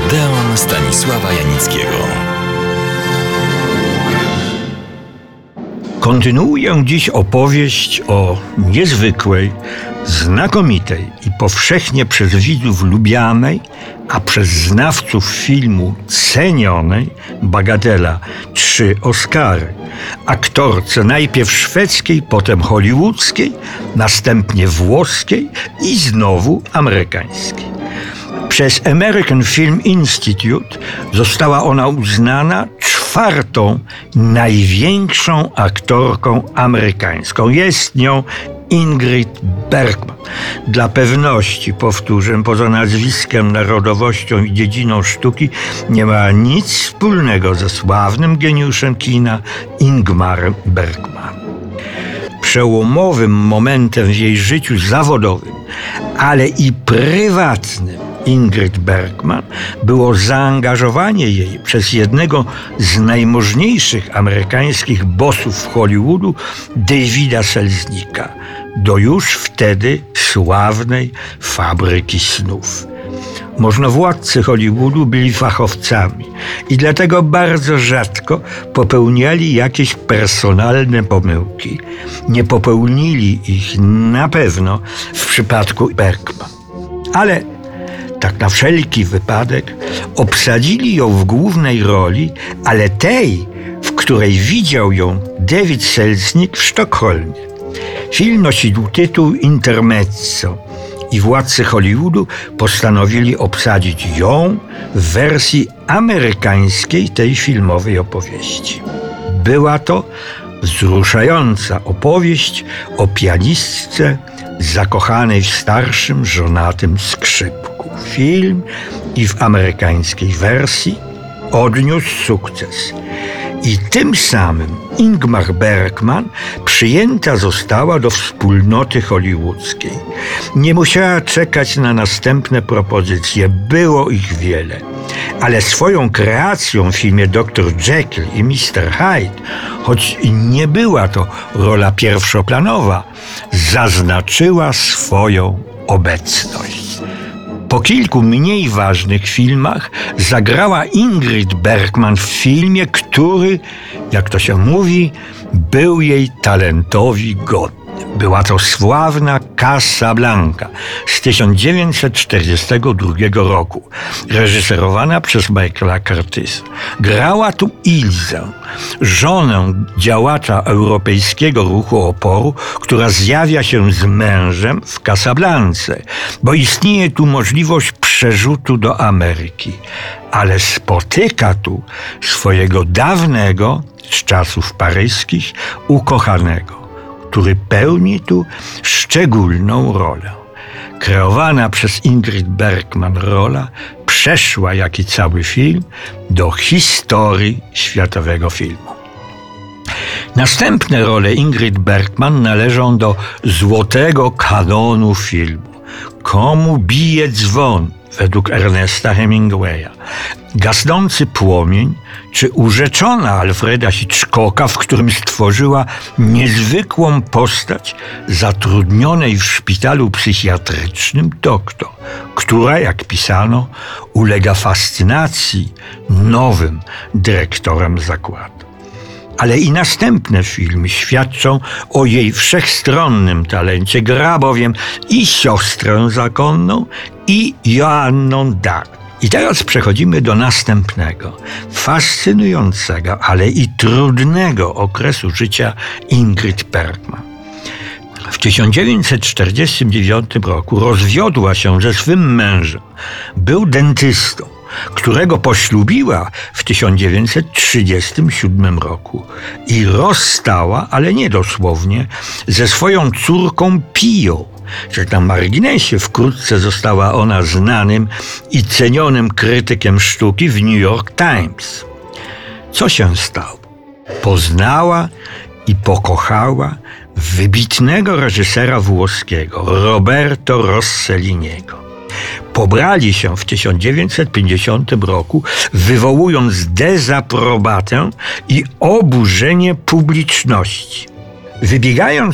Odeon Stanisława Janickiego. Kontynuuję dziś opowieść o niezwykłej, znakomitej i powszechnie przez widzów lubianej, a przez znawców filmu cenionej, bagatela 3 Oscary, aktorce najpierw szwedzkiej, potem hollywoodzkiej, następnie włoskiej i znowu amerykańskiej. Przez American Film Institute została ona uznana 4. największą aktorką amerykańską. Jest nią Ingrid Bergman. Dla pewności powtórzę, poza nazwiskiem, narodowością i dziedziną sztuki nie ma nic wspólnego ze sławnym geniuszem kina Ingmarem Bergman. Przełomowym momentem w jej życiu zawodowym, ale i prywatnym Ingrid Bergman było zaangażowanie jej przez jednego z najmożniejszych amerykańskich bossów Hollywoodu, Davida Selznicka, do już wtedy sławnej fabryki snów. Możnowładcy Hollywoodu byli fachowcami i dlatego bardzo rzadko popełniali jakieś personalne pomyłki. Nie popełnili ich na pewno w przypadku Bergman. Ale tak na wszelki wypadek obsadzili ją w głównej roli, ale tej, w której widział ją David Selznick w Sztokholmie. Film nosił tytuł Intermezzo i władcy Hollywoodu postanowili obsadzić ją w wersji amerykańskiej tej filmowej opowieści. Była to wzruszająca opowieść o pianistce zakochanej w starszym, żonatym skrzypku. Film i w amerykańskiej wersji odniósł sukces. I tym samym Ingmar Bergman przyjęta została do wspólnoty hollywoodzkiej. Nie musiała czekać na następne propozycje, było ich wiele. Ale swoją kreacją w filmie Dr. Jekyll i Mr. Hyde, choć nie była to rola pierwszoplanowa, zaznaczyła swoją obecność. Po kilku mniej ważnych filmach zagrała Ingrid Bergman w filmie, który, jak to się mówi, był jej talentowi godny. Była to sławna Casablanca z 1942 roku, reżyserowana przez Michaela Curtisa. Grała tu Ilzę, żonę działacza europejskiego ruchu oporu, która zjawia się z mężem w Casablance, bo istnieje tu możliwość przerzutu do Ameryki. Ale spotyka tu swojego dawnego, z czasów paryskich, ukochanego, który pełni tu szczególną rolę. Kreowana przez Ingrid Bergman rola przeszła, jak i cały film, do historii światowego filmu. Następne role Ingrid Bergman należą do złotego kanonu filmu. Komu bije dzwon? Według Ernesta Hemingwaya. Gasnący płomień, czy Urzeczona Alfreda Hitchcocka, w którym stworzyła niezwykłą postać zatrudnionej w szpitalu psychiatrycznym doktor, która, jak pisano, ulega fascynacji nowym dyrektorem zakładu. Ale i następne filmy świadczą o jej wszechstronnym talencie. Gra bowiem i siostrę zakonną, i Joanną Dark. I teraz przechodzimy do następnego, fascynującego, ale i trudnego okresu życia Ingrid Bergman. W 1949 roku rozwiodła się ze swym mężem. Był dentystą, którego poślubiła w 1937 roku i rozstała, ale nie dosłownie, ze swoją córką Piją. Że na marginesie wkrótce została ona znanym i cenionym krytykiem sztuki w New York Times. Co się stało? Poznała i pokochała wybitnego reżysera włoskiego Roberto Rosselliniego. Pobrali się w 1950 roku, wywołując dezaprobatę i oburzenie publiczności. Wybiegając w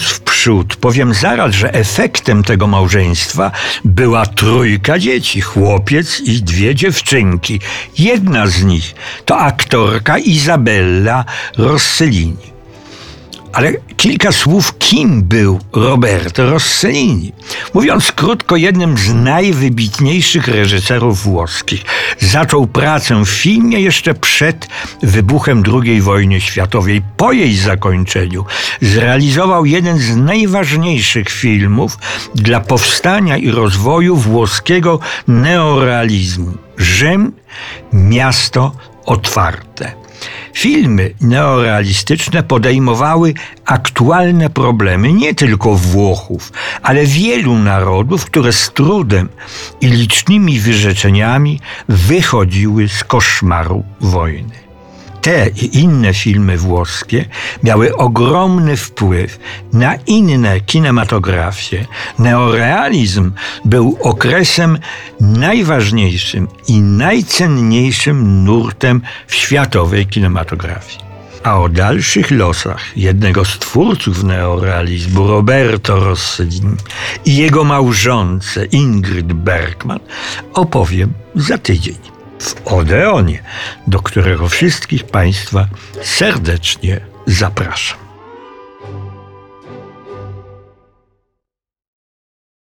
naprzód powiem zaraz, że efektem tego małżeństwa była trójka dzieci, chłopiec i dwie dziewczynki. Jedna z nich to aktorka Isabella Rossellini. Ale kilka słów, kim był Roberto Rossellini. Mówiąc krótko, jednym z najwybitniejszych reżyserów włoskich. Zaczął pracę w filmie jeszcze przed wybuchem II wojny światowej. Po jej zakończeniu zrealizował jeden z najważniejszych filmów dla powstania i rozwoju włoskiego neorealizmu. Rzym, miasto otwarte. Filmy neorealistyczne podejmowały aktualne problemy nie tylko Włochów, ale wielu narodów, które z trudem i licznymi wyrzeczeniami wychodziły z koszmaru wojny. Te i inne filmy włoskie miały ogromny wpływ na inne kinematografie. Neorealizm był okresem najważniejszym i najcenniejszym nurtem w światowej kinematografii. A o dalszych losach jednego z twórców neorealizmu, Roberto Rossellini, i jego małżonce Ingrid Bergman opowiem za tydzień w Odeonie, do którego wszystkich Państwa serdecznie zapraszam.